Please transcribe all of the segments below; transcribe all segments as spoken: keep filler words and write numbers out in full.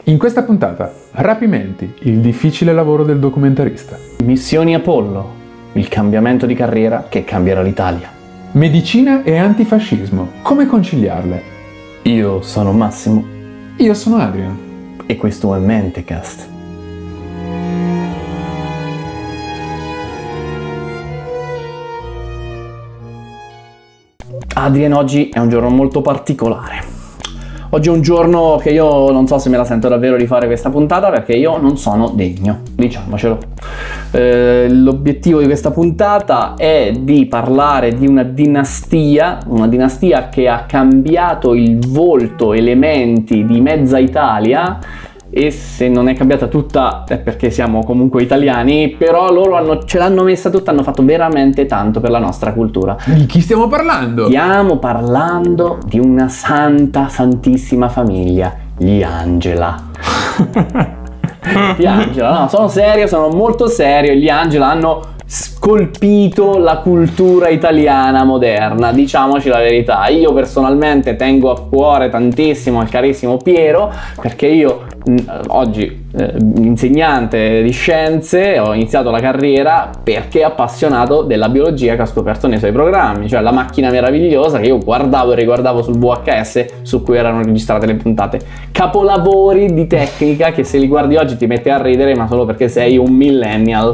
In questa puntata, rapimenti, il difficile lavoro del documentarista. Missioni Apollo, il cambiamento di carriera che cambierà l'Italia. Medicina e antifascismo, come conciliarle? Io sono Massimo. Io sono Adrian. E questo è Mentecast. Adrian, oggi è un giorno molto particolare. Oggi è un giorno che io non so se me la sento davvero di fare questa puntata, perché io non sono degno, diciamocelo. Eh, l'obiettivo di questa puntata è di parlare di una dinastia, una dinastia che ha cambiato il volto, elementi di mezza Italia, e se non è cambiata tutta è perché siamo comunque italiani, però loro hanno, ce l'hanno messa tutta, hanno fatto veramente tanto per la nostra cultura. Di chi stiamo parlando? Stiamo parlando di una santa, santissima famiglia, gli Angela. Gli Angela, no, sono serio, sono molto serio. Gli Angela hanno scolpito la cultura italiana moderna, diciamoci la verità. Io personalmente tengo a cuore tantissimo il carissimo Piero, perché io mh, oggi eh, insegnante di scienze, ho iniziato la carriera perché appassionato della biologia che ho scoperto nei suoi programmi, cioè la macchina meravigliosa che io guardavo e riguardavo sul V H S su cui erano registrate le puntate. Capolavori di tecnica che se li guardi oggi ti mette a ridere, ma solo perché sei un millennial.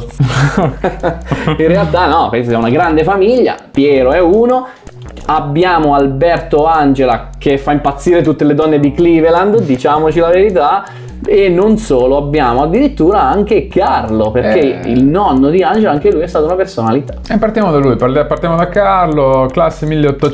In realtà no, questa è una grande famiglia, Piero è uno, abbiamo Alberto Angela che fa impazzire tutte le donne di Cleveland, diciamoci la verità, e non solo, abbiamo addirittura anche Carlo, perché eh. il nonno di Angela, anche lui è stata una personalità. E partiamo da lui, partiamo da Carlo, classe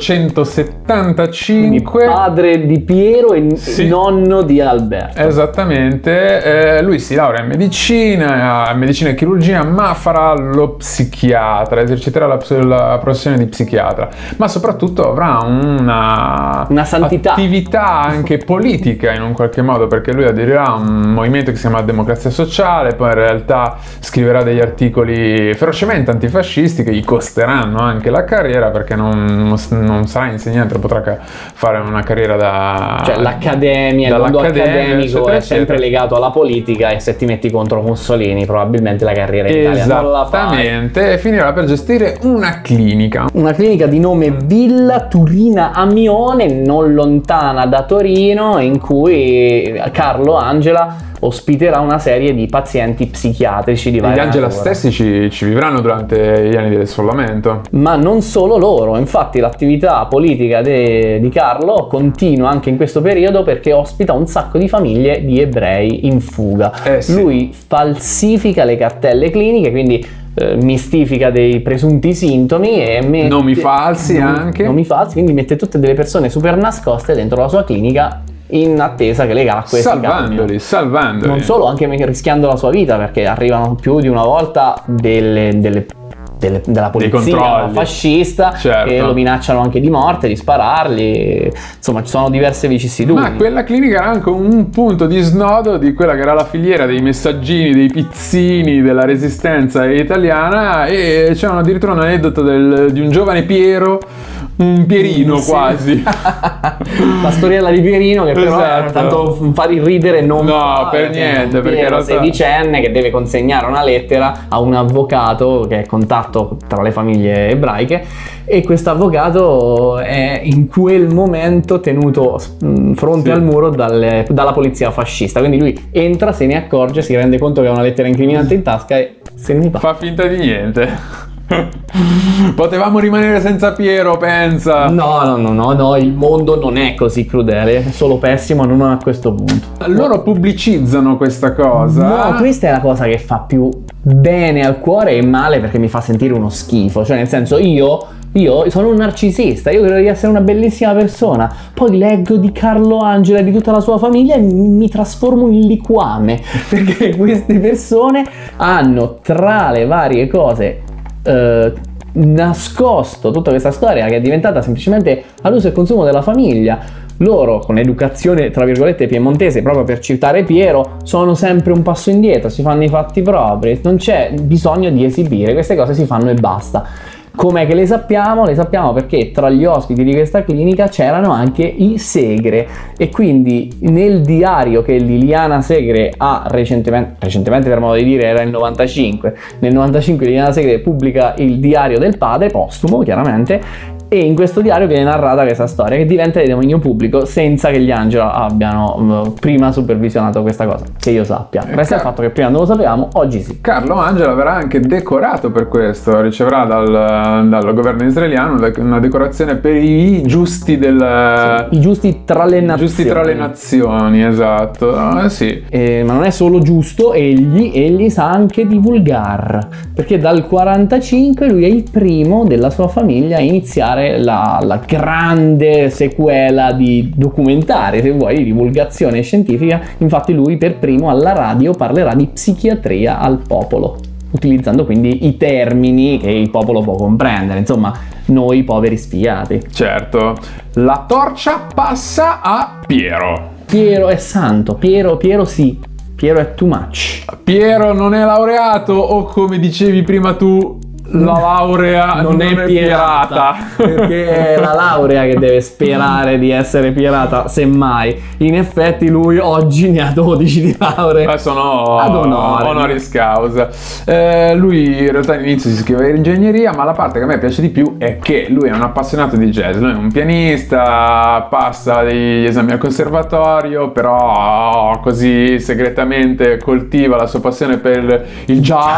milleottocentosettantacinque. Quindi padre di Piero e sì. nonno di Alberto. Esattamente, eh, lui si laurea in medicina, in medicina e chirurgia, ma farà lo psichiatra, eserciterà la, la professione di psichiatra, ma soprattutto avrà una, una santità, attività anche politica in un qualche modo, perché lui aderirà un movimento che si chiama Democrazia Sociale, poi in realtà scriverà degli articoli ferocemente antifascisti che gli costeranno anche la carriera, perché non, non sarà insegnante, potrà fare una carriera da... Cioè l'accademia, il mondo accademico è sempre legato alla politica, e se ti metti contro Mussolini probabilmente la carriera in Italia non la fai. Esattamente, e finirà per gestire una clinica. Una clinica di nome Villa Turina Amione, non lontana da Torino, in cui Carlo Angela ospiterà una serie di pazienti psichiatrici di varia natura. Gli Angela stessi ci, ci vivranno durante gli anni del sfollamento. Ma non solo loro, infatti l'attività politica de, di Carlo continua anche in questo periodo, perché ospita un sacco di famiglie di ebrei in fuga. Eh sì. Lui falsifica le cartelle cliniche, quindi eh, mistifica dei presunti sintomi e mette nomi falsi nomi, anche. Nomi falsi, quindi mette tutte delle persone super nascoste dentro la sua clinica, in attesa che le acque salvandoli, salvandoli. Non solo, anche rischiando la sua vita, perché arrivano più di una volta delle, delle, delle, della polizia fascista, certo, che lo minacciano anche di morte, di spararli. Insomma, ci sono diverse vicissitudini. Ma quella clinica era anche un punto di snodo di quella che era la filiera dei messaggini, dei pizzini della resistenza italiana, e c'è addirittura un aneddoto del, di un giovane Piero, un Pierino sì. quasi. La storiella di Pierino, che però esatto. tanto fa ridere, non no fa, per niente, perché era sedicenne che deve consegnare una lettera a un avvocato che è contatto tra le famiglie ebraiche, e questo avvocato è in quel momento tenuto fronte sì. al muro dalle, dalla polizia fascista, quindi lui entra, se ne accorge, si rende conto che ha una lettera incriminante in tasca e se ne va. Fa finta di niente. Potevamo rimanere senza Piero, pensa. No, no, no, no, no, il mondo non è così crudele, è solo pessimo, non a questo punto. Loro pubblicizzano questa cosa. No, questa è la cosa che fa più bene al cuore e male, perché mi fa sentire uno schifo. Cioè, nel senso, io Io sono un narcisista, io credo di essere una bellissima persona, poi leggo di Carlo Angela e di tutta la sua famiglia e mi trasformo in liquame, perché queste persone hanno, tra le varie cose, eh, nascosto tutta questa storia che è diventata semplicemente all'uso e consumo della famiglia. Loro, con educazione tra virgolette piemontese, proprio per citare Piero, sono sempre un passo indietro, si fanno i fatti propri, non c'è bisogno di esibire, queste cose si fanno e basta. Com'è che le sappiamo? Le sappiamo perché tra gli ospiti di questa clinica c'erano anche i Segre, e quindi nel diario che Liliana Segre ha recentemente, recentemente per modo di dire era il novantacinque, nel novantacinque Liliana Segre pubblica il diario del padre, postumo chiaramente, e in questo diario viene narrata questa storia che diventa di dominio pubblico senza che gli Angela abbiano uh, prima supervisionato questa cosa, che io sappia. Resta il fatto che prima non lo sapevamo, oggi sì. Carlo Angela verrà anche decorato per questo, riceverà dal, dal governo israeliano una decorazione per i giusti del... Sì, i giusti tra le nazioni. Giusti tra le nazioni, esatto. Eh, sì. Eh, ma non è solo giusto, egli, egli sa anche divulgar, perché dal quarantacinque lui è il primo della sua famiglia a iniziare La, la grande sequela di documentari, se vuoi, di divulgazione scientifica. Infatti lui per primo alla radio parlerà di psichiatria al popolo, utilizzando quindi i termini che il popolo può comprendere, insomma noi poveri spiati. Certo, la torcia passa a Piero. Piero è santo, Piero, Piero sì, Piero è too much. Piero non è laureato, o come dicevi prima tu, la laurea non, non è, è pirata, perché è la laurea che deve sperare di essere pirata, semmai. In effetti lui oggi ne ha dodici di lauree. Ma sono ad onore, honoris causa. Eh, lui in realtà all'inizio si iscriveva in ingegneria, ma la parte che a me piace di più è che lui è un appassionato di jazz, lui è un pianista, passa degli esami al conservatorio, però così segretamente coltiva la sua passione per il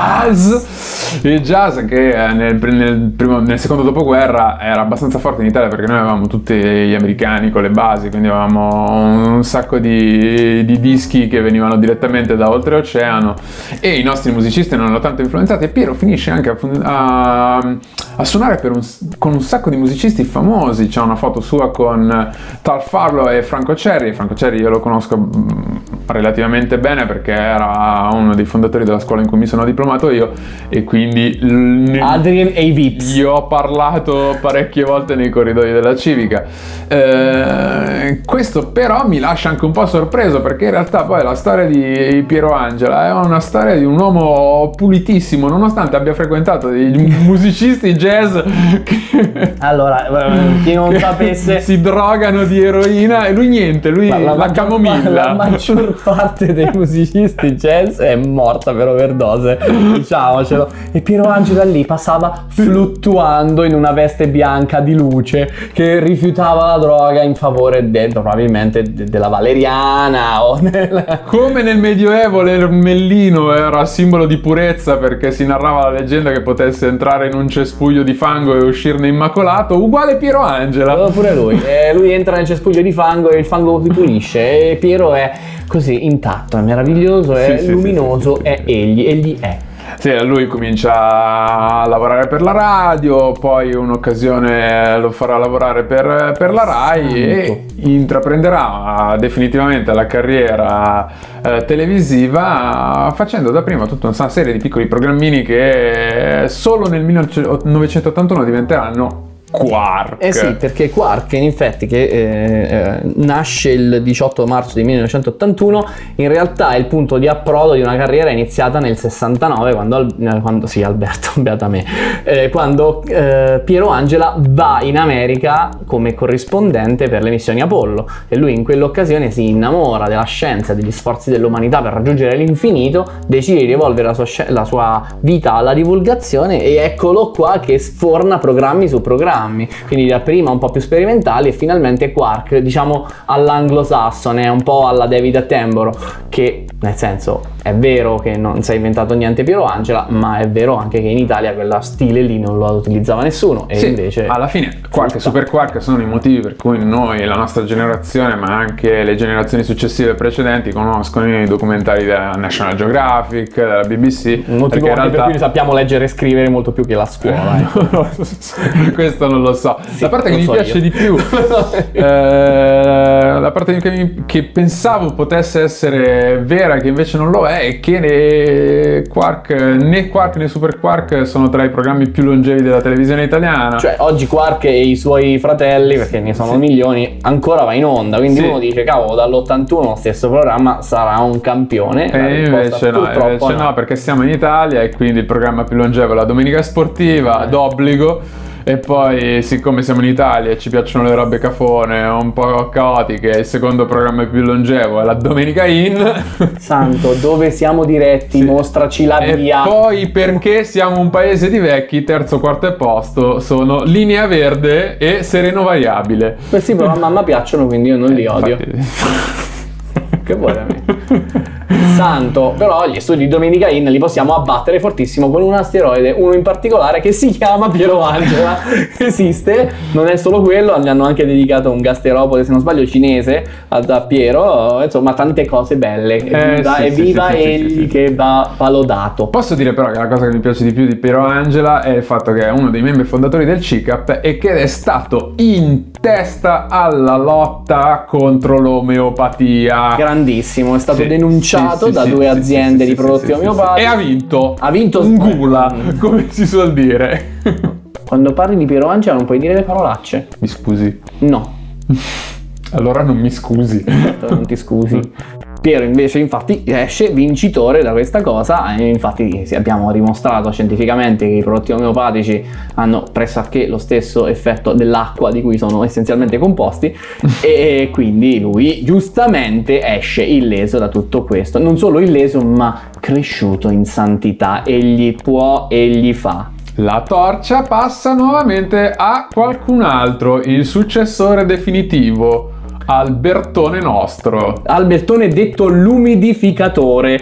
jazz, il jazz che Nel, nel, primo, nel secondo dopoguerra era abbastanza forte in Italia, perché noi avevamo tutti gli americani con le basi, quindi avevamo un sacco di, di dischi che venivano direttamente da oltreoceano, e i nostri musicisti non hanno tanto influenzati, e Piero finisce anche a, a, a suonare per un, con un sacco di musicisti famosi. C'è una foto sua con Tal Farlow e Franco Cherry. Franco Cherry io lo conosco relativamente bene perché era uno dei fondatori della scuola in cui mi sono diplomato io, e quindi Adrien e i Vips. Io ho parlato parecchie volte nei corridoi della Civica. Eh, questo però mi lascia anche un po' sorpreso, perché in realtà poi la storia di Piero Angela è una storia di un uomo pulitissimo, nonostante abbia frequentato dei musicisti jazz che, allora, chi non sapesse, si drogano di eroina, e lui niente, lui la, la, la camomilla. La maggior parte dei musicisti jazz è morta per overdose, diciamocelo. E Piero Angela lì passava fluttuando in una veste bianca di luce, che rifiutava la droga in favore de, probabilmente de, della valeriana o nel... Come nel Medioevo l'ermellino era simbolo di purezza, perché si narrava la leggenda che potesse entrare in un cespuglio di fango e uscirne immacolato, uguale Piero Angela. Pure lui, eh, lui entra nel cespuglio di fango e il fango si pulisce, e Piero è così intatto, è meraviglioso, è sì, luminoso, sì, sì, sì, sì. È egli, egli è. Sì, lui comincia a lavorare per la radio, poi un'occasione lo farà lavorare per, per la Rai, e intraprenderà definitivamente la carriera eh, televisiva, facendo da prima tutta una serie di piccoli programmini che solo nel millenovecentottantuno diventeranno Quark. Eh sì, perché Quark in effetti, che eh, eh, nasce il diciotto marzo di millenovecentottantuno, in realtà è il punto di approdo di una carriera iniziata nel sessantanove, quando, quando sì, Alberto, beata me, eh, quando eh, Piero Angela va in America come corrispondente per le missioni Apollo, e lui in quell'occasione si innamora della scienza e degli sforzi dell'umanità per raggiungere l'infinito, decide di rivolvere la sua, la sua vita alla divulgazione, e eccolo qua che sforna programmi su programmi. Quindi da prima un po' più sperimentali, e finalmente Quark, diciamo all'anglosassone, un po' alla David Attenborough, che nel senso è vero che non si è inventato niente Piero Angela, ma è vero anche che in Italia quella stile lì non lo utilizzava nessuno, e sì, invece alla fine Quark e Super Quark sono i motivi per cui noi, la nostra generazione, ma anche le generazioni successive precedenti, conoscono i documentari della National Geographic, della B B C. Un motivo anche realtà... per cui sappiamo leggere e scrivere molto più che la scuola. Eh. Questo questo non lo so. Sì, la parte che lo mi so piace io. di più, eh, la parte che, mi, che pensavo potesse essere vera, che invece non lo è, è che né Quark, né Quark né Super Quark sono tra i programmi più longevi della televisione italiana. Cioè, oggi Quark e i suoi fratelli, perché ne sono Sì. milioni, ancora va in onda. Quindi Sì. uno dice, cavolo, dall'ottantuno lo stesso programma sarà un campione. La E risposta, invece no, purtroppo invece no, perché siamo in Italia e quindi il programma più longevo è la Domenica Sportiva, Eh. d'obbligo. E poi, siccome siamo in Italia e ci piacciono le robe cafone, un po' caotiche, il secondo programma più longevo è la Domenica In. Santo, dove siamo diretti? Sì. Mostraci la E via. poi, perché siamo un paese di vecchi, terzo, quarto e posto sono Linea Verde e Sereno Variabile. Questi programmi a me piacciono, quindi io non li odio. Infatti- Che vuoi da me? Santo, però gli studi di Domenica In li possiamo abbattere fortissimo con un asteroide, uno in particolare che si chiama Piero Angela. Esiste, non è solo quello, gli hanno anche dedicato un gasteropode, se non sbaglio cinese, a, a Piero, insomma tante cose belle. Evviva, sì, evviva sì, sì, sì, egli sì, sì. che va, va lodato. Posso dire però che la cosa che mi piace di più di Piero Angela è il fatto che è uno dei membri fondatori del C I C A P e che è stato in testa alla lotta contro l'omeopatia. Grandissimo, è stato Sì, denunciato sì, da sì, due sì, aziende sì, di sì, prodotti sì, sì, omeopatici. sì. E ha vinto. Ha vinto un gula, Mm. come si suol dire. Quando parli di Piero Angela non puoi dire le parolacce. Mi scusi. No, Allora non mi scusi. non ti scusi. Piero invece infatti esce vincitore da questa cosa, e infatti sì, abbiamo dimostrato scientificamente che i prodotti omeopatici hanno pressoché lo stesso effetto dell'acqua di cui sono essenzialmente composti e quindi lui giustamente esce illeso da tutto questo, non solo illeso ma cresciuto in santità, egli può, egli fa. La torcia passa nuovamente a qualcun altro, il successore definitivo, Albertone nostro. Albertone detto l'umidificatore,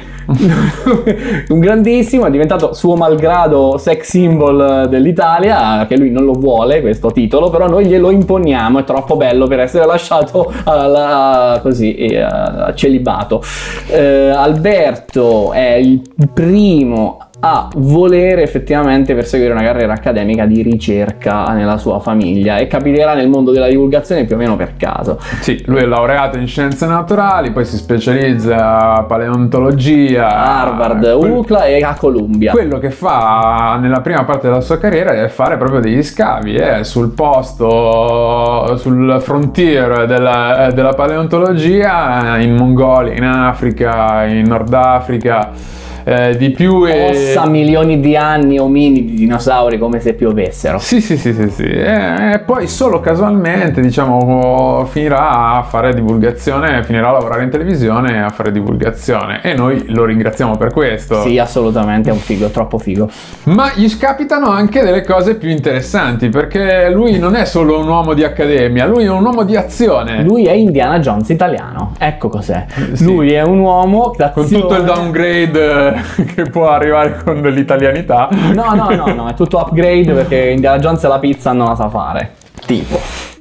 un grandissimo, è diventato suo malgrado sex symbol dell'Italia, che lui non lo vuole questo titolo, però noi glielo imponiamo, è troppo bello per essere lasciato alla, così eh, a celibato. Eh, Alberto è il primo a volere effettivamente perseguire una carriera accademica di ricerca nella sua famiglia e capiterà nel mondo della divulgazione più o meno per caso. Sì, lui è laureato in scienze naturali, poi si specializza in paleontologia A Harvard, Quel- U C L A e a Columbia. Quello che fa nella prima parte della sua carriera è fare proprio degli scavi eh, sul posto, sul frontier della, della paleontologia in Mongolia, in Africa, in Nord Africa. Eh, di più e... Ossa milioni di anni, ominidi, dinosauri come se piovessero. Sì, sì, sì, sì, sì. E, e poi solo casualmente, diciamo, finirà a fare divulgazione, finirà a lavorare in televisione e a fare divulgazione. E noi lo ringraziamo per questo. Sì, assolutamente, è un figo, troppo figo. Ma gli scapitano anche delle cose più interessanti, perché lui non è solo un uomo di accademia, lui è un uomo di azione. Lui è Indiana Jones italiano, ecco cos'è. Sì. Lui è un uomo Con d'azione. tutto il downgrade che può arrivare con l'italianità. No, no, no, no, è tutto upgrade perché Indiana Jones la pizza non la sa fare. Tipo.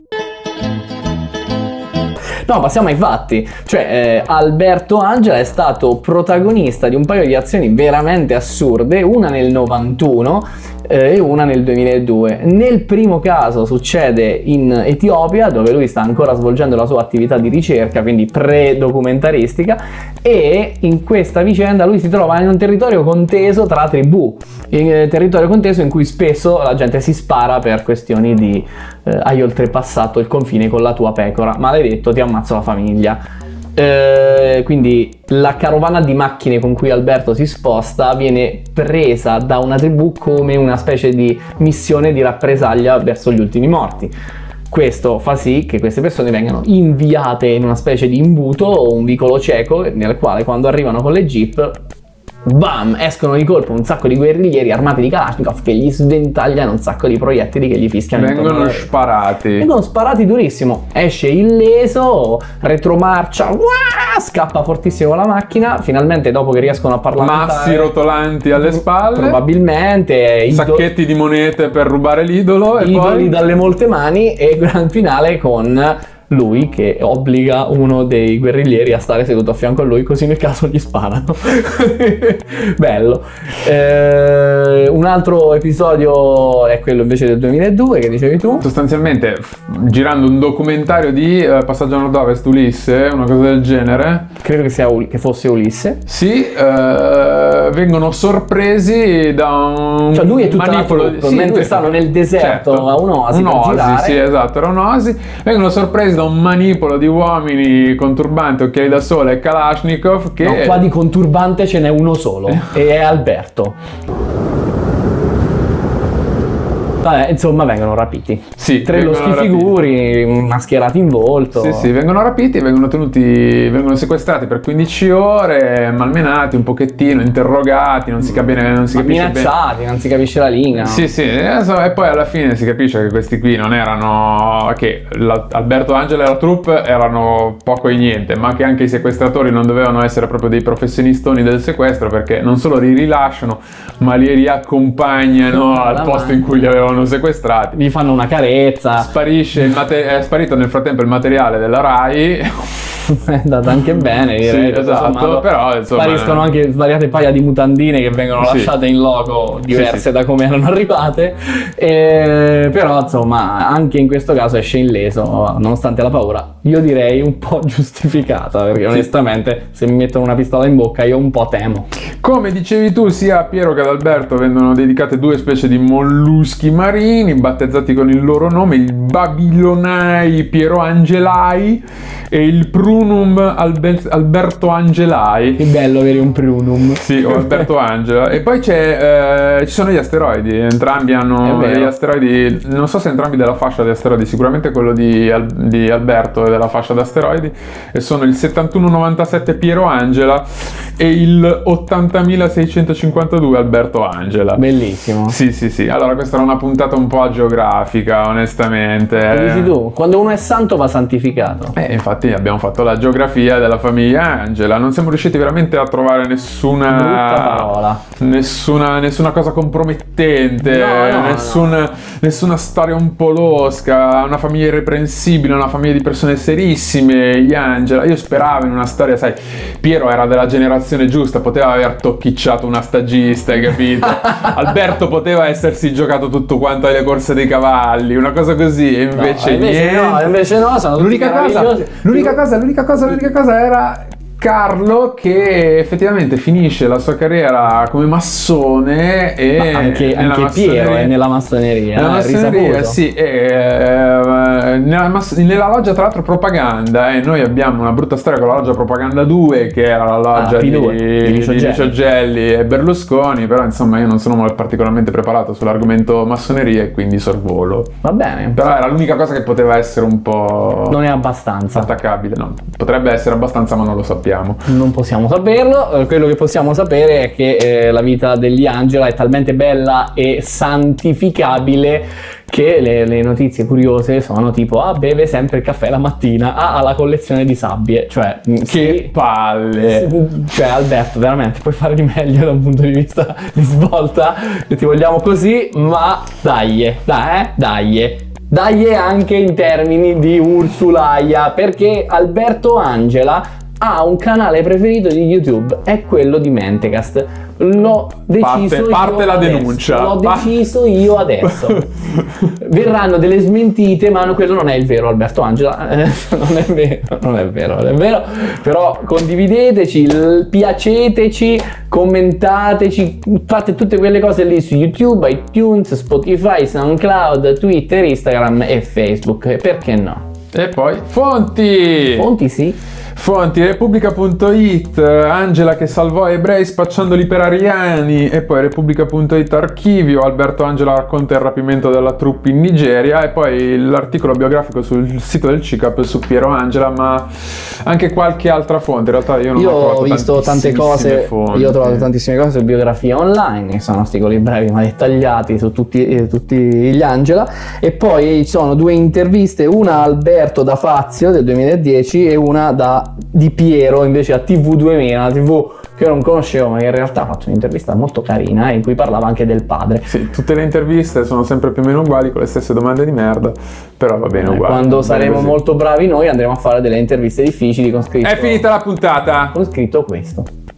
No, passiamo ai fatti. Cioè, eh, Alberto Angela è stato protagonista di un paio di azioni veramente assurde, una nel novantuno eh, e una nel duemiladue. Nel primo caso succede in Etiopia, dove lui sta ancora svolgendo la sua attività di ricerca, quindi pre-documentaristica, e in questa vicenda lui si trova in un territorio conteso tra tribù, in eh, territorio conteso in cui spesso la gente si spara per questioni di eh, hai oltrepassato il confine con la tua pecora, maledetto, ti ammazzo la famiglia. Eh, quindi la carovana di macchine con cui Alberto si sposta viene presa da una tribù come una specie di missione di rappresaglia verso gli ultimi morti. Questo fa sì che queste persone vengano inviate in una specie di imbuto o un vicolo cieco nel quale, quando arrivano con le jeep, bam, escono di colpo un sacco di guerriglieri armati di Kalashnikov che gli sventagliano un sacco di proiettili che gli fischiano intorno Vengono alla- sparati. Vengono sparati durissimo, esce illeso, retromarcia, uah, scappa fortissimo con la macchina, finalmente dopo che riescono a parlamentare, Massi rotolanti alle spalle. probabilmente ido- Sacchetti di monete per rubare l'idolo e idoli poi dalle molte mani, e gran finale con lui che obbliga uno dei guerriglieri a stare seduto a fianco a lui, così nel caso gli sparano. Bello. Eh, un altro episodio è quello invece del duemiladue che dicevi tu. Sostanzialmente f- girando un documentario di eh, Passaggio a Nord-Ovest, Ulisse, una cosa del genere. Credo che, sia, che fosse Ulisse. Sì, eh, vengono sorpresi da un cioè lui è tutta manipolo la troupe, sì, mentre stanno nel deserto, certo, a un'oasi, un'oasi, per girare. sì, esatto, era un'oasi. Vengono sorpresi da un manipolo di uomini con turbante, occhiali da sole e Kalashnikov che... No, qua di conturbante ce n'è uno solo e è Alberto. Vabbè, insomma, vengono rapiti. Sì, tre loschi figuri mascherati in volto. Sì, sì, vengono rapiti, vengono tenuti, vengono sequestrati per quindici ore, malmenati un pochettino, interrogati, non si capisce, non si capisce minacciati, bene. Non si capisce la linea. Sì, sì, e poi alla fine si capisce che questi qui non erano, che la, Alberto Angela e la troupe erano poco e niente, ma che anche i sequestratori non dovevano essere proprio dei professionistoni del sequestro, perché non solo li rilasciano, ma li riaccompagnano al posto in cui li avevano sequestrati, gli fanno una carezza, sparisce il mate- è sparito nel frattempo il materiale della Rai. È andata anche bene, direi. Sì, esatto, però insomma spariscono anche svariate paia di mutandine che vengono sì. lasciate in loco diverse sì, sì. da come erano arrivate, e, però insomma anche in questo caso esce illeso nonostante la paura, io direi un po' giustificata, perché sì. onestamente se mi mettono una pistola in bocca io un po' temo. Come dicevi tu, sia a Piero che ad Alberto vengono dedicate due specie di molluschi marini battezzati con il loro nome, il Babilonai Piero Angelai e il Prunum Alber- Alberto Angelai. Che bello avere un Prunum. Sì, o Alberto Angela. E poi c'è, eh, ci sono gli asteroidi, entrambi hanno gli asteroidi, non so se entrambi della fascia di asteroidi, sicuramente quello di, Al- di Alberto è della fascia di asteroidi, e sono il settantuno novantasette Piero Angela e il ottantamilaseicentocinquantadue Alberto Angela. Bellissimo. Sì, sì, sì. Allora questa era una puntata un po' geografica, onestamente. Lo dici tu, quando uno è santo va santificato. Eh, infatti abbiamo fatto la geografia della famiglia Angela, non siamo riusciti veramente a trovare nessuna brutta parola, nessuna, nessuna cosa compromettente, no, no, nessun, no. nessuna storia un po' losca, una famiglia irreprensibile, una famiglia di persone serissime, gli Angela. Io speravo in una storia, sai, Piero era della generazione giusta, poteva aver tocchicciato una stagista, hai capito? Alberto poteva essersi giocato tutto quanto alle corse dei cavalli, una cosa così, e invece, no, invece niente. no, invece no, sono l'unica cosa, l'unica cosa, l'unica cosa, l'unica cosa era Carlo, che effettivamente finisce la sua carriera come massone e ma anche, anche Piero è nella massoneria, nella massoneria, risaputo. sì, e, eh, nella, mass- nella loggia tra l'altro propaganda, e noi abbiamo una brutta storia con la loggia propaganda due, che era la loggia ah, di, di, di Licio Gelli e Berlusconi, però insomma io non sono particolarmente preparato sull'argomento massoneria e quindi sorvolo. Va bene, però era l'unica cosa che poteva essere un po' non è abbastanza attaccabile, no, potrebbe essere abbastanza, ma non lo sappiamo. Non possiamo saperlo. Quello che possiamo sapere è che eh, la vita degli Angela è talmente bella e santificabile che le, le notizie curiose sono tipo: ah, beve sempre il caffè la mattina, ah, ha la collezione di sabbie. Cioè, che sì, palle! Cioè, Alberto, veramente puoi fare di meglio da un punto di vista di svolta, e ti vogliamo così, ma dai, dai, eh, dai. Dai anche in termini di Ursulaia, perché Alberto Angela ha un canale preferito di YouTube, è quello di Mentecast. L'ho deciso parte, parte io la adesso. denuncia. L'ho Pa- deciso io adesso. Verranno delle smentite, ma quello non è il vero Alberto Angela. Eh, non è vero, non è vero, non è vero. Però condivideteci, l- piaceteci, commentateci, fate tutte quelle cose lì su YouTube, iTunes, Spotify, SoundCloud, Twitter, Instagram e Facebook. Perché no? E poi fonti! Fonti sì. Fonti: Repubblica punto it, Angela che salvò ebrei spacciandoli per ariani. E poi Repubblica punto it archivio, Alberto Angela racconta il rapimento della troupe in Nigeria. E poi l'articolo biografico sul sito del C I C A P su Piero Angela, ma anche qualche altra fonte. In realtà io non io ho trovato ho visto tante cose fonti. Io ho trovato tantissime cose su biografia online, che sono articoli brevi ma dettagliati su tutti, eh, tutti gli Angela. E poi ci sono due interviste, una a Alberto da Fazio del duemiladieci e una da di Piero invece a T V duemila, la T V che io non conoscevo, ma che in realtà ha fatto un'intervista molto carina in cui parlava anche del padre. Sì, tutte le interviste sono sempre più o meno uguali, con le stesse domande di merda, però va bene Eh, uguale. Quando saremo molto bravi noi andremo a fare delle interviste difficili con scritto... È finita la puntata! Con scritto questo.